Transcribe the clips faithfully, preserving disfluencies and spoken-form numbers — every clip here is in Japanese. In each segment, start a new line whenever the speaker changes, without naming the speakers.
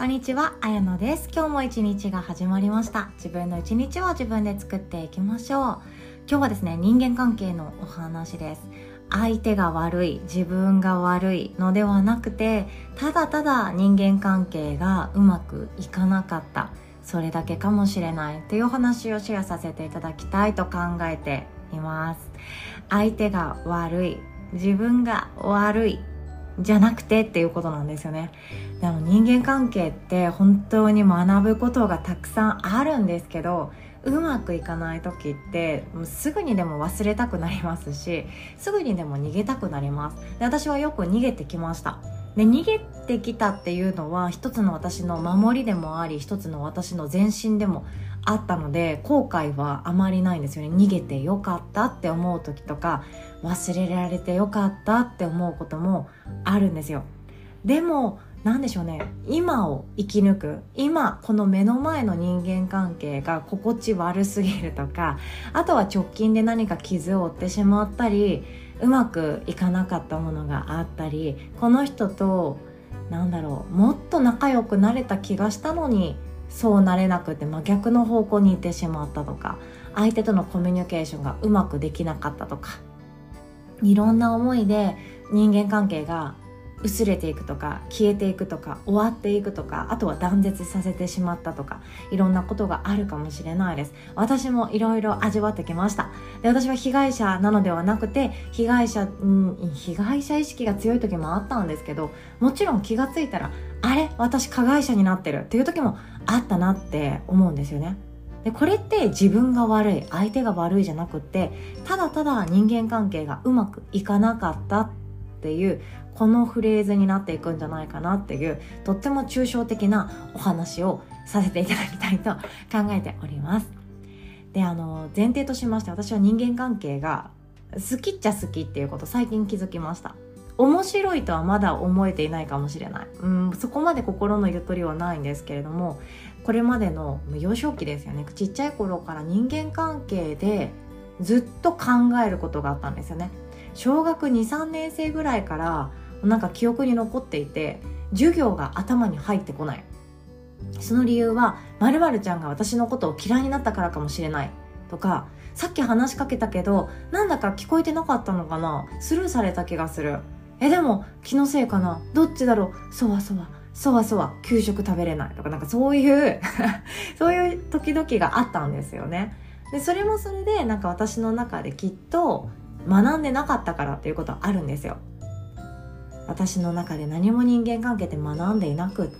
こんにちは、あやのです。今日も一日が始まりました。自分の一日を自分で作っていきましょう。今日はですね、人間関係のお話です。相手が悪い、自分が悪いのではなくて、ただただ人間関係がうまくいかなかった、それだけかもしれないというお話をシェアさせていただきたいと考えています。相手が悪い、自分が悪いじゃなくてっていうことなんですよね。でも人間関係って本当に学ぶことがたくさんあるんですけど、うまくいかない時ってもうすぐにでも忘れたくなりますし、すぐにでも逃げたくなります。で、私はよく逃げてきました。で、逃げてきたっていうのは一つの私の守りでもあり、一つの私の前進でもあったので、後悔はあまりないんですよね。逃げてよかったって思う時とか、忘れられてよかったって思うこともあるんですよ。でもなんでしょうね、今を生き抜く、今この目の前の人間関係が心地悪すぎるとか、あとは直近で何か傷を負ってしまったり、うまくいかなかったものがあったり、この人となんだろう、もっと仲良くなれた気がしたのにそうなれなくて真逆の方向に行ってしまったとか、相手とのコミュニケーションがうまくできなかったとか、いろんな思いで人間関係が薄れていくとか、消えていくとか、終わっていくとか、あとは断絶させてしまったとか、いろんなことがあるかもしれないです。私もいろいろ味わってきました。で、私は被害者なのではなくて、被害者、うん、被害者意識が強い時もあったんですけど、もちろん気がついたら、あれ、私加害者になってるっていう時もあったなって思うんですよね。で、これって自分が悪い、相手が悪いじゃなくって、ただただ人間関係がうまくいかなかったっていう、このフレーズになっていくんじゃないかなっていう、とっても抽象的なお話をさせていただきたいと考えております。で、あの前提としまして、私は人間関係が好きっちゃ好きっていうこと最近気づきました。面白いとはまだ思えていないかもしれない、うん、そこまで心のゆとりはないんですけれども、これまでの幼少期ですよね、ちっちゃい頃から人間関係でずっと考えることがあったんですよね。小学に、さんねん生ぐらいからなんか記憶に残っていて、授業が頭に入ってこない。その理由は〇〇ちゃんが私のことを嫌いになったからかもしれないとか、さっき話しかけたけどなんだか聞こえてなかったのかな、スルーされた気がする、えでも気のせいかな、どっちだろう、そわそわそわそわ給食食べれないとか、なんかそういうそういう時々があったんですよね。で、それもそれでなんか私の中できっと学んでなかったからっていうことはあるんですよ。私の中で何も人間関係って学んでいなくって、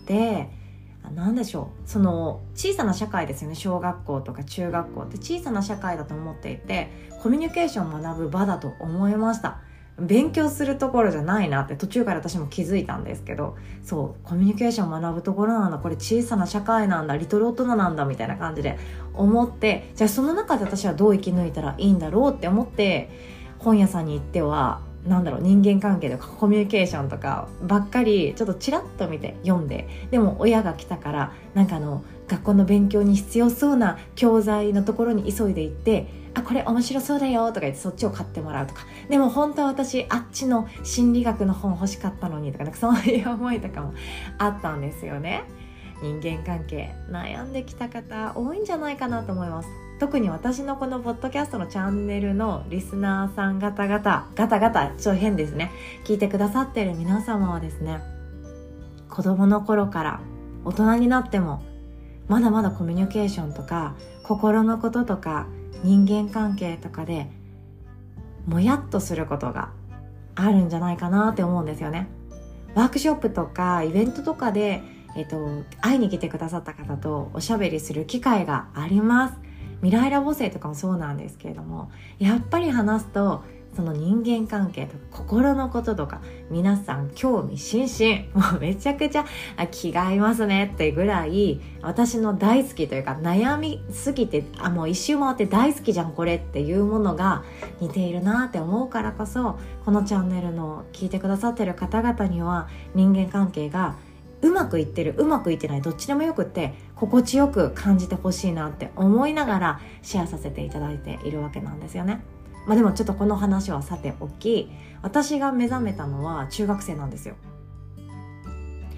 なんでしょう、その小さな社会ですよね。小学校とか中学校って小さな社会だと思っていて、コミュニケーションを学ぶ場だと思いました。勉強するところじゃないなって途中から私も気づいたんですけど、そうコミュニケーションを学ぶところなんだ、これ小さな社会なんだ、リトル大人なんだみたいな感じで思って、じゃあその中で私はどう生き抜いたらいいんだろうって思って、本屋さんに行ってはなんだろう、人間関係とかコミュニケーションとかばっかりちょっとチラッと見て読んで、でも親が来たからなんかあの学校の勉強に必要そうな教材のところに急いで行って、あ、これ面白そうだよとか言ってそっちを買ってもらうとか、でも本当は私あっちの心理学の本欲しかったのにとか、なんかそういう思いとかもあったんですよね。人間関係悩んできた方多いんじゃないかなと思います。特に私のこのポッドキャストのチャンネルのリスナーさん方々ガタガタちょっと変ですね、聞いてくださっている皆様はですね、子供の頃から大人になってもまだまだコミュニケーションとか心のこととか人間関係とかでもやっとすることがあるんじゃないかなって思うんですよね。ワークショップとかイベントとかで、えっと、会いに来てくださった方とおしゃべりする機会があります。未来ラボ生とかもそうなんですけれども、やっぱり話すとその人間関係とか心のこととか皆さん興味津々、もうめちゃくちゃ気が合いますねってぐらい、私の大好きというか悩みすぎてあもう一周回って大好きじゃんこれっていうものが似ているなって思うからこそ、このチャンネルの聞いてくださってる方々には人間関係がうまくいってるうまくいってないどっちでもよくって心地よく感じてほしいなって思いながらシェアさせていただいているわけなんですよね。まあでもちょっとこの話はさておき、私が目覚めたのは中学生なんですよ。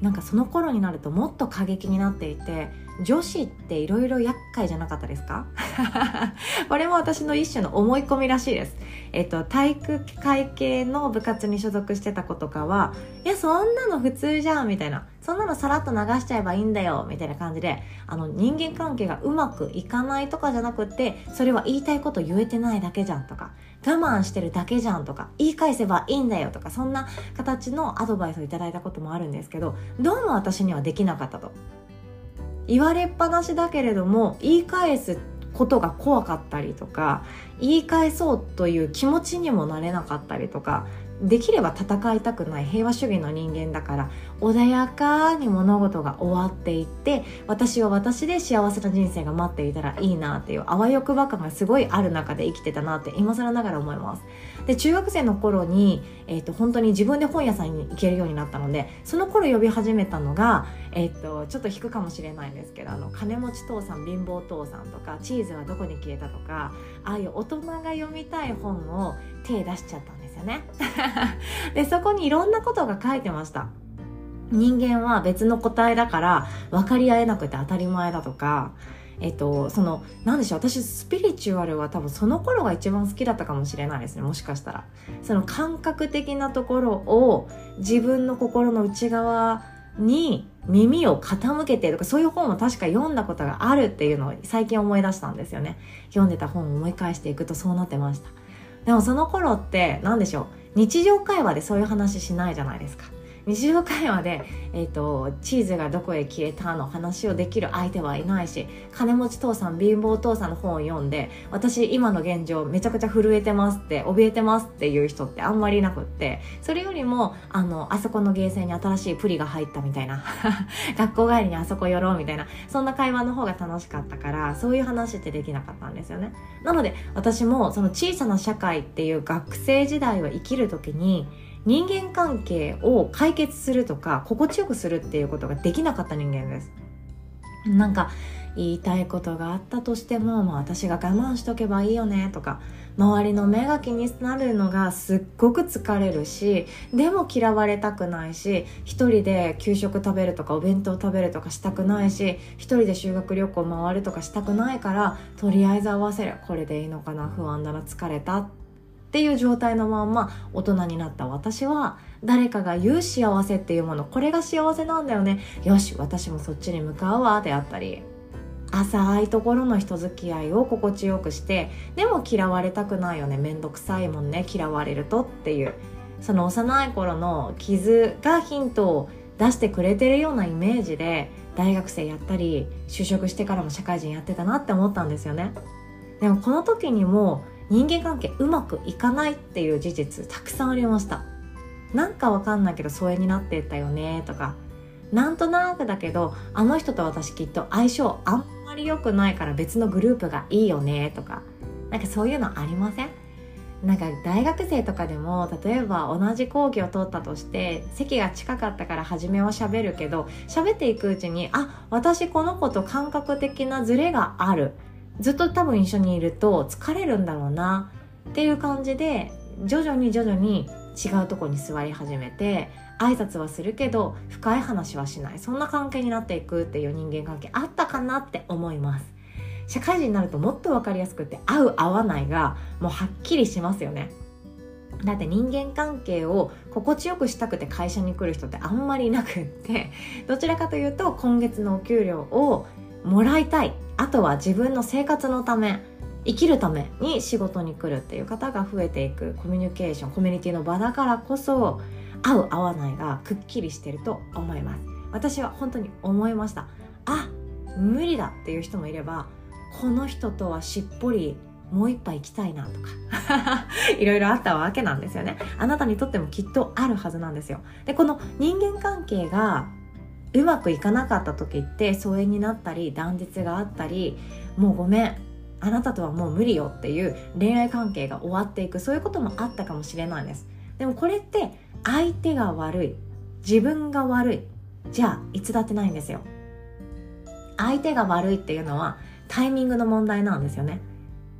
なんかその頃になるともっと過激になっていて、女子っていろいろ厄介じゃなかったですか？これも私の一種の思い込みらしいです。えっと、体育会系の部活に所属してた子とかは、いやそんなの普通じゃんみたいな、そんなのさらっと流しちゃえばいいんだよみたいな感じで、あの人間関係がうまくいかないとかじゃなくって、それは言いたいこと言えてないだけじゃんとか、我慢してるだけじゃんとか、言い返せばいいんだよとか、そんな形のアドバイスをいただいたこともあるんですけど、どうも私にはできなかったと。言われっぱなしだけれども、言い返すことが怖かったりとか、言い返そうという気持ちにもなれなかったりとか、できれば戦いたくない平和主義の人間だから、穏やかに物事が終わっていって、私は私で幸せな人生が待っていたらいいなっていうあわよくば感がすごいある中で生きてたなって今更ながら思います。で、中学生の頃に、えー、と本当に自分で本屋さんに行けるようになったので、その頃呼び始めたのが、えー、とちょっと引くかもしれないんですけど、あの金持ち父さん貧乏父さんとか、チーズはどこに消えたとか、ああいう大人が読みたい本を手出しちゃったんですよね。で、そこにいろんなことが書いてました。人間は別の個体だから分かり合えなくて当たり前だとか、えっと、そのなんでしょう、私スピリチュアルは多分その頃が一番好きだったかもしれないですね。もしかしたらその感覚的なところを自分の心の内側に耳を傾けてとか、そういう本を確か読んだことがあるっていうのを最近思い出したんですよね。読んでた本を思い返していくとそうなってました。でもその頃ってなんでしょう、日常会話でそういう話しないじゃないですか。日常会話で、えーと、チーズがどこへ消えたの話をできる相手はいないし、金持ち父さん貧乏父さんの本を読んで、私今の現状めちゃくちゃ震えてますって、怯えてますっていう人ってあんまりいなくって、それよりもあのあそこのゲーセンに新しいプリが入ったみたいな学校帰りにあそこ寄ろうみたいな、そんな会話の方が楽しかったから、そういう話ってできなかったんですよね。なので私もその小さな社会っていう学生時代を生きるときに、人間関係を解決するとか心地よくするっていうことができなかった人間です。なんか言いたいことがあったとしても、まあ、私が我慢しとけばいいよねとか、周りの目が気になるのがすっごく疲れるし、でも嫌われたくないし、一人で給食食べるとかお弁当食べるとかしたくないし、一人で修学旅行回るとかしたくないから、とりあえず合わせる、これでいいのかな、不安だな、疲れたっていう状態のまんま大人になった私は、誰かが言う幸せっていうもの、これが幸せなんだよね、よし私もそっちに向かうわであったり、浅いところの人付き合いを心地よくして、でも嫌われたくないよね、めんどくさいもんね嫌われるとっていう、その幼い頃の傷がヒントを出してくれてるようなイメージで大学生やったり就職してからも社会人やってたなって思ったんですよね。でもこの時にも人間関係うまくいかないっていう事実たくさんありました。なんかわかんないけど疎遠になってったよねとか、なんとなくだけどあの人と私きっと相性あんまり良くないから別のグループがいいよねとか、なんかそういうのありません？なんか大学生とかでも、例えば同じ講義を取ったとして席が近かったから初めは喋るけど、喋っていくうちに、あ、私この子と感覚的なズレがある、ずっと多分一緒にいると疲れるんだろうなっていう感じで、徐々に徐々に違うとこに座り始めて、挨拶はするけど深い話はしない、そんな関係になっていくっていう人間関係あったかなって思います。社会人になるともっと分かりやすくて、合う合わないがもうはっきりしますよね。だって人間関係を心地よくしたくて会社に来る人ってあんまりいなくって、どちらかというと今月のお給料をもらいたい、あとは自分の生活のため、生きるために仕事に来るっていう方が増えていくコミュニケーション、コミュニティの場だからこそ、合う合わないがくっきりしてると思います。私は本当に思いました。あ、無理だっていう人もいれば、この人とはしっぽりもう一杯行きたいなとかいろいろあったわけなんですよね。あなたにとってもきっとあるはずなんですよ。で、この人間関係がうまくいかなかった時って疎遠になったり断絶があったり、もうごめんあなたとはもう無理よっていう恋愛関係が終わっていく、そういうこともあったかもしれないです。でもこれって相手が悪い、自分が悪いじゃあいつだってないんですよ。相手が悪いっていうのはタイミングの問題なんですよね。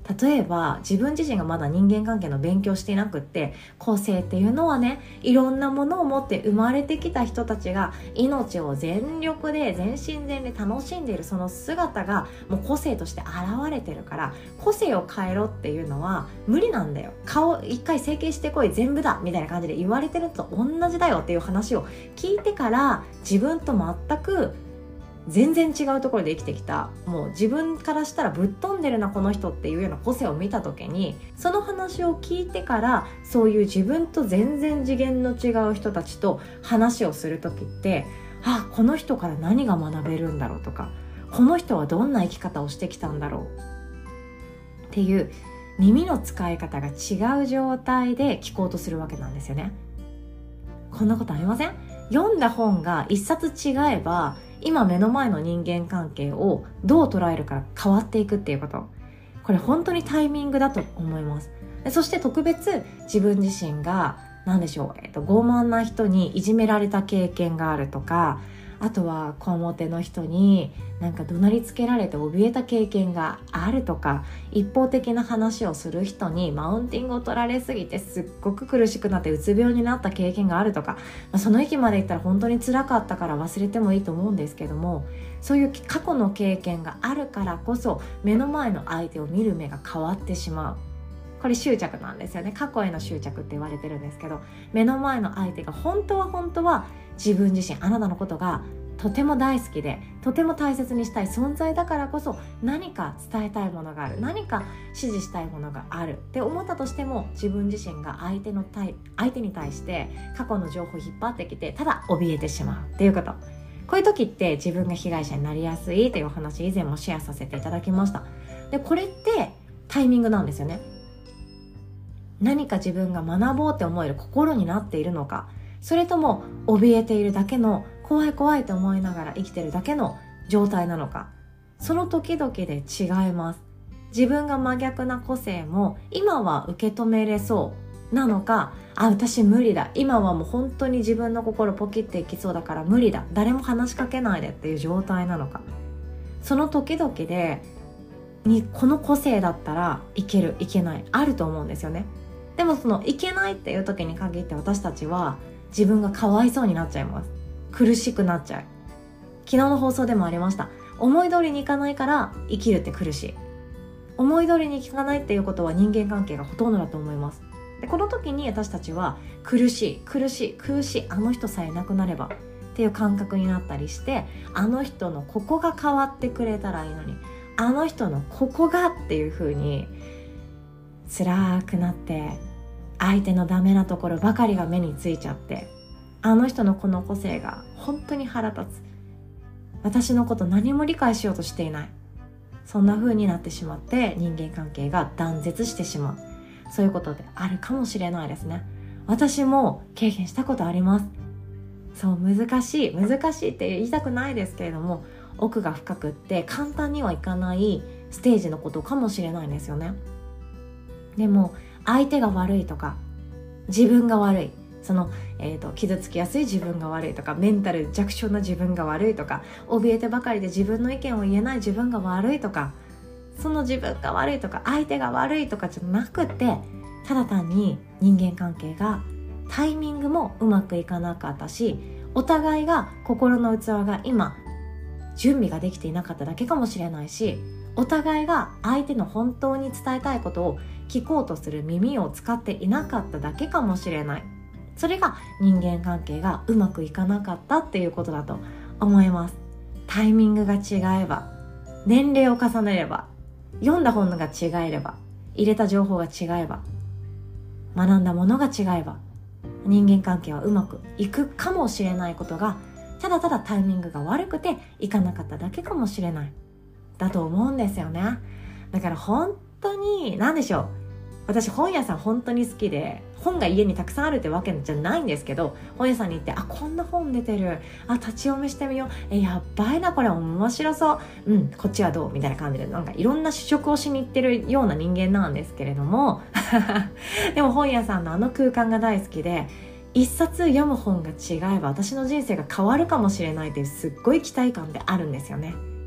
例えば自分自身がまだ人間関係の勉強していなくって、個性っていうのはね、いろんなものを持って生まれてきた人たちが命を全力で全身全霊楽しんでいるその姿がもう個性として現れてるから、個性を変えろっていうのは無理なんだよ。顔一回整形してこい全部だみたいな感じで言われてるのと同じだよっていう話を聞いてから、自分と全く全然違うところで生きてきた、もう自分からしたらぶっ飛んでるなこの人っていうような個性を見た時に、その話を聞いてから、そういう自分と全然次元の違う人たちと話をする時って、あ、この人から何が学べるんだろうとか、この人はどんな生き方をしてきたんだろうっていう耳の使い方が違う状態で聞こうとするわけなんですよね。こんなことありません？読んだ本が一冊違えば、今目の前の人間関係をどう捉えるか変わっていくっていうこと、これ本当にタイミングだと思います。でそして特別自分自身が何でしょう、えっと、傲慢な人にいじめられた経験があるとか、あとはこわもての人になんか怒鳴りつけられて怯えた経験があるとか、一方的な話をする人にマウンティングを取られすぎてすっごく苦しくなってうつ病になった経験があるとか、まあ、その域までいったら本当に辛かったから忘れてもいいと思うんですけども、そういう過去の経験があるからこそ目の前の相手を見る目が変わってしまう。これ執着なんですよね。過去への執着って言われてるんですけど、目の前の相手が本当は本当は自分自身、あなたのことがとても大好きでとても大切にしたい存在だからこそ、何か伝えたいものがある、何か指示したいものがあるって思ったとしても、自分自身が相手の対相手に対して過去の情報を引っ張ってきてただ怯えてしまうっていうこと。こういう時って自分が被害者になりやすいというお話以前もシェアさせていただきました。でこれってタイミングなんですよね。何か自分が学ぼうって思える心になっているのか、それとも怯えているだけの、怖い怖いと思いながら生きてるだけの状態なのか、その時々で違います。自分が真逆な個性も今は受け止めれそうなのか、あ、私無理だ、今はもう本当に自分の心ポキっていきそうだから無理だ、誰も話しかけないでっていう状態なのか、その時々でにこの個性だったらいけるいけないあると思うんですよね。でもそのいけないっていう時に限って私たちは自分がかわいそうになっちゃいます。苦しくなっちゃう。昨日の放送でもありました。思い通りにいかないから生きるって苦しい。思い通りにいかないっていうことは人間関係がほとんどだと思います。でこの時に私たちは苦しい苦しい苦しい、あの人さえいなくなればっていう感覚になったりして、あの人のここが変わってくれたらいいのに、あの人のここがっていう風に辛くなって、相手のダメなところばかりが目についちゃって、あの人のこの個性が本当に腹立つ、私のこと何も理解しようとしていない、そんな風になってしまって人間関係が断絶してしまう、そういうことであるかもしれないですね。私も経験したことあります。そう難しい難しいって言いたくないですけれども、奥が深くって簡単にはいかないステージのことかもしれないんですよね。でも相手が悪いとか自分が悪い、その、えーと、傷つきやすい自分が悪いとか、メンタル弱小な自分が悪いとか、怯えてばかりで自分の意見を言えない自分が悪いとか、その自分が悪いとか相手が悪いとかじゃなくて、ただ単に人間関係がタイミングもうまくいかなかったし、お互いが心の器が今準備ができていなかっただけかもしれないし、お互いが相手の本当に伝えたいことを聞こうとする耳を使っていなかっただけかもしれない。それが人間関係がうまくいかなかったっていうことだと思います。タイミングが違えば、年齢を重ねれば、読んだ本が違えれば、入れた情報が違えば、学んだものが違えば、人間関係はうまくいくかもしれないことが、ただただタイミングが悪くていかなかっただけかもしれないだと思うんですよね。だから本当に何でしょう、私本屋さん本当に好きで、本が家にたくさんあるってわけじゃないんですけど、本屋さんに行って、あ、こんな本出てる、あ、立ち読みしてみよう、え、やっばいな、これ面白そう、うん、こっちはどうみたいな感じで、なんかいろんな試食をしに行ってるような人間なんですけれどもでも本屋さんのあの空間が大好きで、一冊読む本が違えば私の人生が変わるかもしれないというすっごい期待感であるんですよね。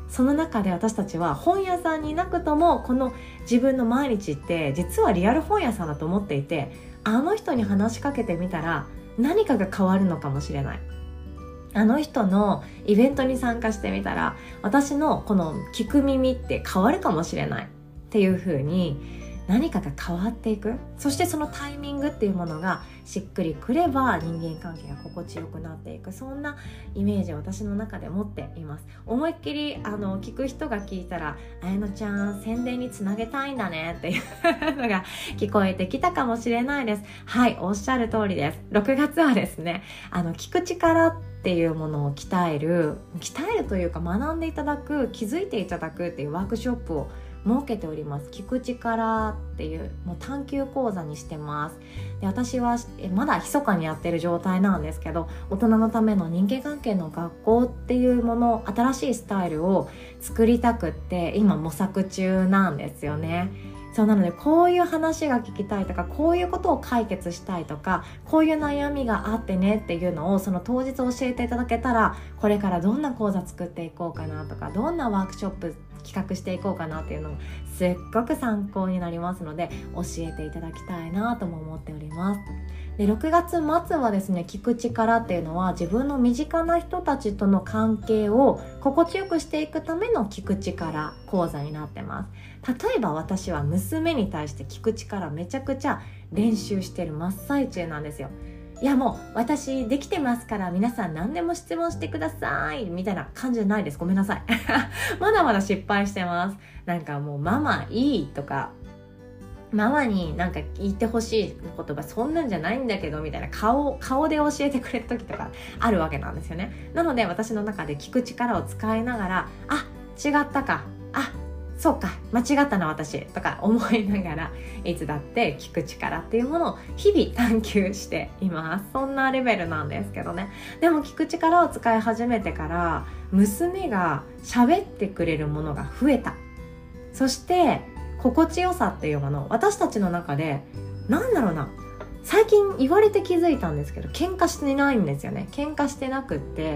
その中で私たちは本屋さんにいなくともこの自分の毎日って実はリアル本屋さんだと思っていて、あの人に話しかけてみたら何かが変わるのかもしれない、あの人のイベントに参加してみたら私のこの聞く耳って変わるかもしれないっていう風に何かが変わっていく。そしてそのタイミングっていうものがしっくりくれば人間関係が心地よくなっていく、そんなイメージを私の中で持っています。思いっきりあの聞く人が聞いたら、あやのちゃん宣伝につなげたいんだねっていうのが聞こえてきたかもしれないです。はい、おっしゃる通りです。ろくがつはですね、あの聞く力っていうものを鍛える鍛えるというか学んでいただく、気づいていただくっていうワークショップを設けております。聞く力っていうもう探究講座にしてます。で、私はまだ密かにやってる状態なんですけど、大人のための人間関係の学校っていうもの、新しいスタイルを作りたくって今模索中なんですよね。そうなので、こういう話が聞きたいとか、こういうことを解決したいとか、こういう悩みがあってねっていうのをその当日教えていただけたら、これからどんな講座作っていこうかなとか、どんなワークショップ企画していこうかなっていうのもすっごく参考になりますので、教えていただきたいなとも思っております。で、ろくがつまつはですね、聞く力っていうのは自分の身近な人たちとの関係を心地よくしていくための聞く力講座になってます。例えば私は娘に対して聞く力めちゃくちゃ練習してる真っ最中なんですよ。いや、もう私できてますから皆さん何でも質問してくださいみたいな感じじゃないです。ごめんなさいまだまだ失敗してます。なんかもうママいいとか、ママになんか言ってほしい言葉そんなんじゃないんだけどみたいな顔顔で教えてくれる時とかあるわけなんですよね。なので私の中で聞く力を使いながら、あ、違ったか、あ、そうか、間違ったな私とか思いながら、いつだって聞く力っていうものを日々探求しています。そんなレベルなんですけどね。でも聞く力を使い始めてから娘が喋ってくれるものが増えた。そして心地よさっていうもの、私たちの中でなんだろうな、最近言われて気づいたんですけど、喧嘩してないんですよね。喧嘩してなくって、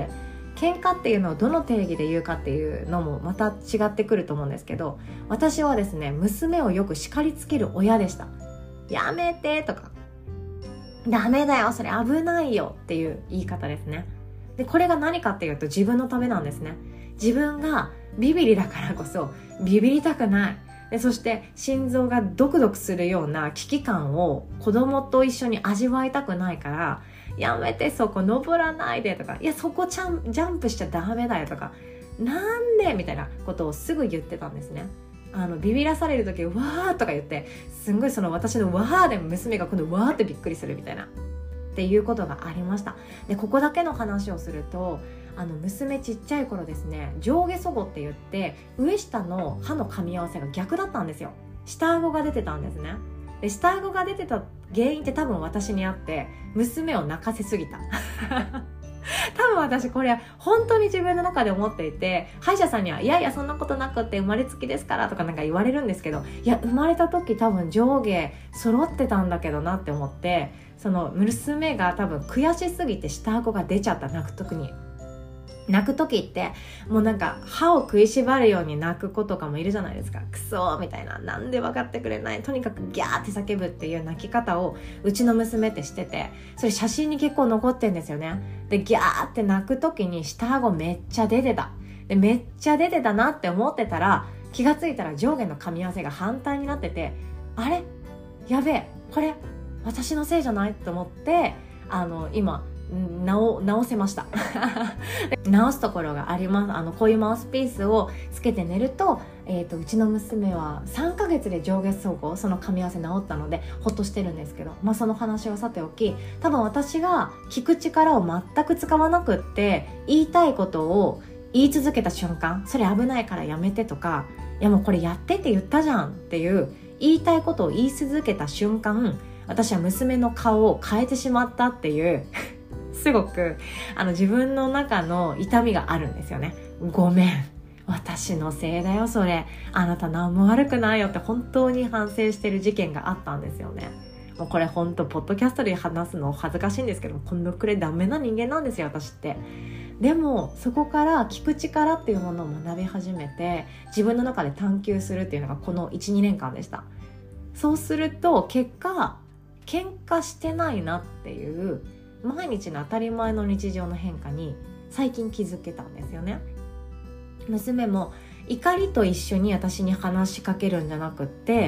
喧嘩っていうのをどの定義で言うかっていうのもまた違ってくると思うんですけど、私はですね、娘をよく叱りつける親でした。やめてとか、ダメだよそれ危ないよっていう言い方ですね。で、これが何かっていうと自分のためなんですね。自分がビビリだからこそビビりたくない。で、そして心臓がドクドクするような危機感を子供と一緒に味わいたくないから、やめてそこ登らないでとか、いやそこジャン、ジャンプしちゃダメだよとか、なんでみたいなことをすぐ言ってたんですね。あのビビらされる時わーとか言って、すんごいその私のわーで娘が今度わーってびっくりするみたいなっていうことがありました。で、ここだけの話をすると、あの娘ちっちゃい頃ですね、上下祖母って言って上下の歯の噛み合わせが逆だったんですよ。下顎が出てたんですね。で、下顎が出てた原因って多分私にあって、娘を泣かせすぎた多分私これ本当に自分の中で思っていて、歯医者さんにはいやいやそんなことなくって生まれつきですからとかなんか言われるんですけど、いや生まれた時多分上下揃ってたんだけどなって思って、その娘が多分悔しすぎて下顎が出ちゃった。泣く時に泣く時ってもうなんか歯を食いしばるように泣く子とかもいるじゃないですか。クソみたいな、なんで分かってくれない、とにかくギャーって叫ぶっていう泣き方をうちの娘ってしてて、それ写真に結構残ってんですよね。で、ギャーって泣く時に下顎めっちゃ出てた。で、めっちゃ出てたなって思ってたら、気がついたら上下の噛み合わせが反対になってて、あれやべえ、これ私のせいじゃないと思って、あの今直, 直せました直すところがあります。あのこういうマウスピースをつけて寝ると、えーと、うちの娘はさんかげつで上下相互その噛み合わせ直ったのでほっとしてるんですけど、まあその話はさておき、多分私が聞く力を全く使わなくって言いたいことを言い続けた瞬間、それ危ないからやめてとか、いやもうこれやってって言ったじゃんっていう言いたいことを言い続けた瞬間、私は娘の顔を変えてしまったっていうすごくあの自分の中の痛みがあるんですよね。ごめん、私のせいだよそれ、あなた何も悪くないよって本当に反省してる事件があったんですよね。もうこれ本当ポッドキャストで話すの恥ずかしいんですけど、このくらいダメな人間なんですよ私って。 でもそこから聞く力っていうものを学び始めて、自分の中で探求するっていうのがこの いちにねんかんでした。そうすると結果喧嘩してないなっていう毎日の当たり前の日常の変化に最近気づけたんですよね。娘も怒りと一緒に私に話しかけるんじゃなくって、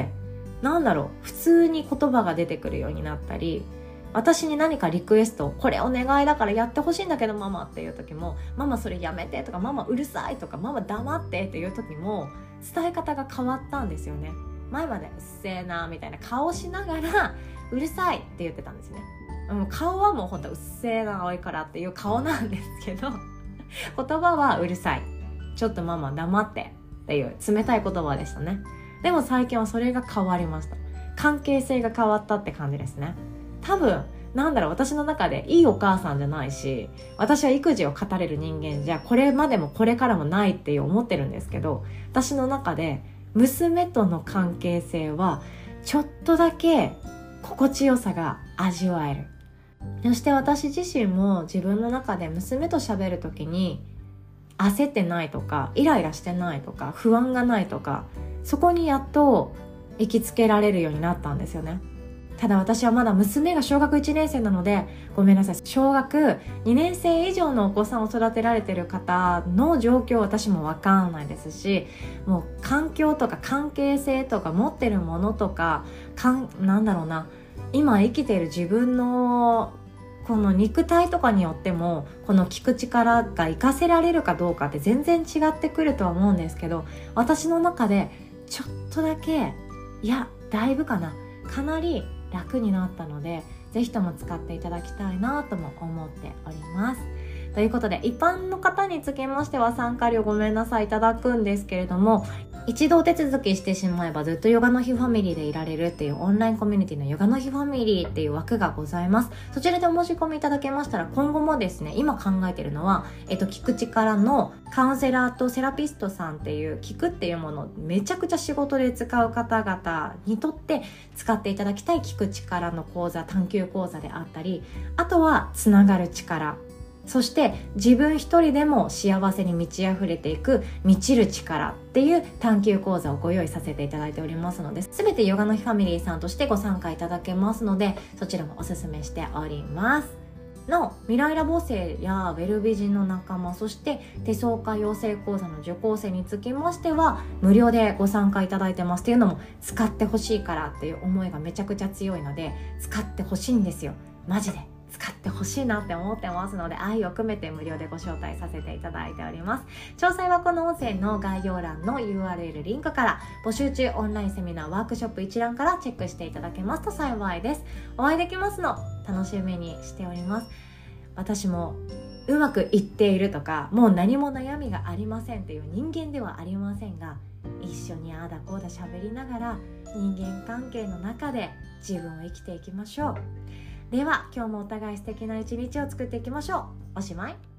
なんだろう、普通に言葉が出てくるようになったり、私に何かリクエスト、これお願いだからやってほしいんだけどママっていう時も、ママそれやめてとか、ママうるさいとか、ママ黙ってっていう時も伝え方が変わったんですよね。前までうっせえなみたいな顔しながらうるさいって言ってたんですね。もう顔はもうほんとうっせえなおいからっていう顔なんですけど、言葉はうるさい、ちょっとママ黙ってっていう冷たい言葉でしたね。でも最近はそれが変わりました。関係性が変わったって感じですね。多分なんだろう、私の中でいいお母さんじゃないし、私は育児を語れる人間じゃこれまでもこれからもないって思ってるんですけど、私の中で娘との関係性はちょっとだけ心地よさが味わえる。そして私自身も自分の中で娘と喋る時に焦ってないとか、イライラしてないとか、不安がないとか、そこにやっと行きつけられるようになったんですよね。ただ私はまだ娘が小学いちねん生なので、ごめんなさい、小学にねん生以上のお子さんを育てられてる方の状況私も分かんないですし、もう環境とか関係性とか持ってるものとか、かんなんだろうな、今生きている自分のこの肉体とかによってもこの聞く力が活かせられるかどうかって全然違ってくるとは思うんですけど、私の中でちょっとだけ、いやだいぶかな、かなり楽になったので、ぜひとも使っていただきたいなとも思っております。ということで、一般の方につきましては参加料ごめんなさいいただくんですけれども、一度お手続きしてしまえばずっとヨガの日ファミリーでいられるっていうオンラインコミュニティのヨガの日ファミリーっていう枠がございます。そちらでお申し込みいただけましたら、今後もですね、今考えているのは、えっと、聞く力のカウンセラーとセラピストさんっていう、聞くっていうものをめちゃくちゃ仕事で使う方々にとって使っていただきたい聞く力の講座、探究講座であったり、あとはつながる力、そして自分一人でも幸せに満ち溢れていく満ちる力っていう探究講座をご用意させていただいておりますので、全てヨガの日ファミリーさんとしてご参加いただけますので、そちらもおすすめしております。の未来ラボ生やウェルビジンの仲間、そして手相家養成講座の受講生につきましては無料でご参加いただいてます。っていうのも、使ってほしいからっていう思いがめちゃくちゃ強いので、使ってほしいんですよ。マジで使ってほしいなって思ってますので、愛を込めて無料でご招待させていただいております。詳細はこの音声の概要欄の ユーアールエル リンクから、募集中オンラインセミナーワークショップ一覧からチェックしていただけますと幸いです。お会いできますの楽しみにしております。私もうまくいっているとか、もう何も悩みがありませんっていう人間ではありませんが、一緒にああだこうだ喋りながら人間関係の中で自分を生きていきましょう。では今日もお互い素敵な一日を作っていきましょう。おしまい。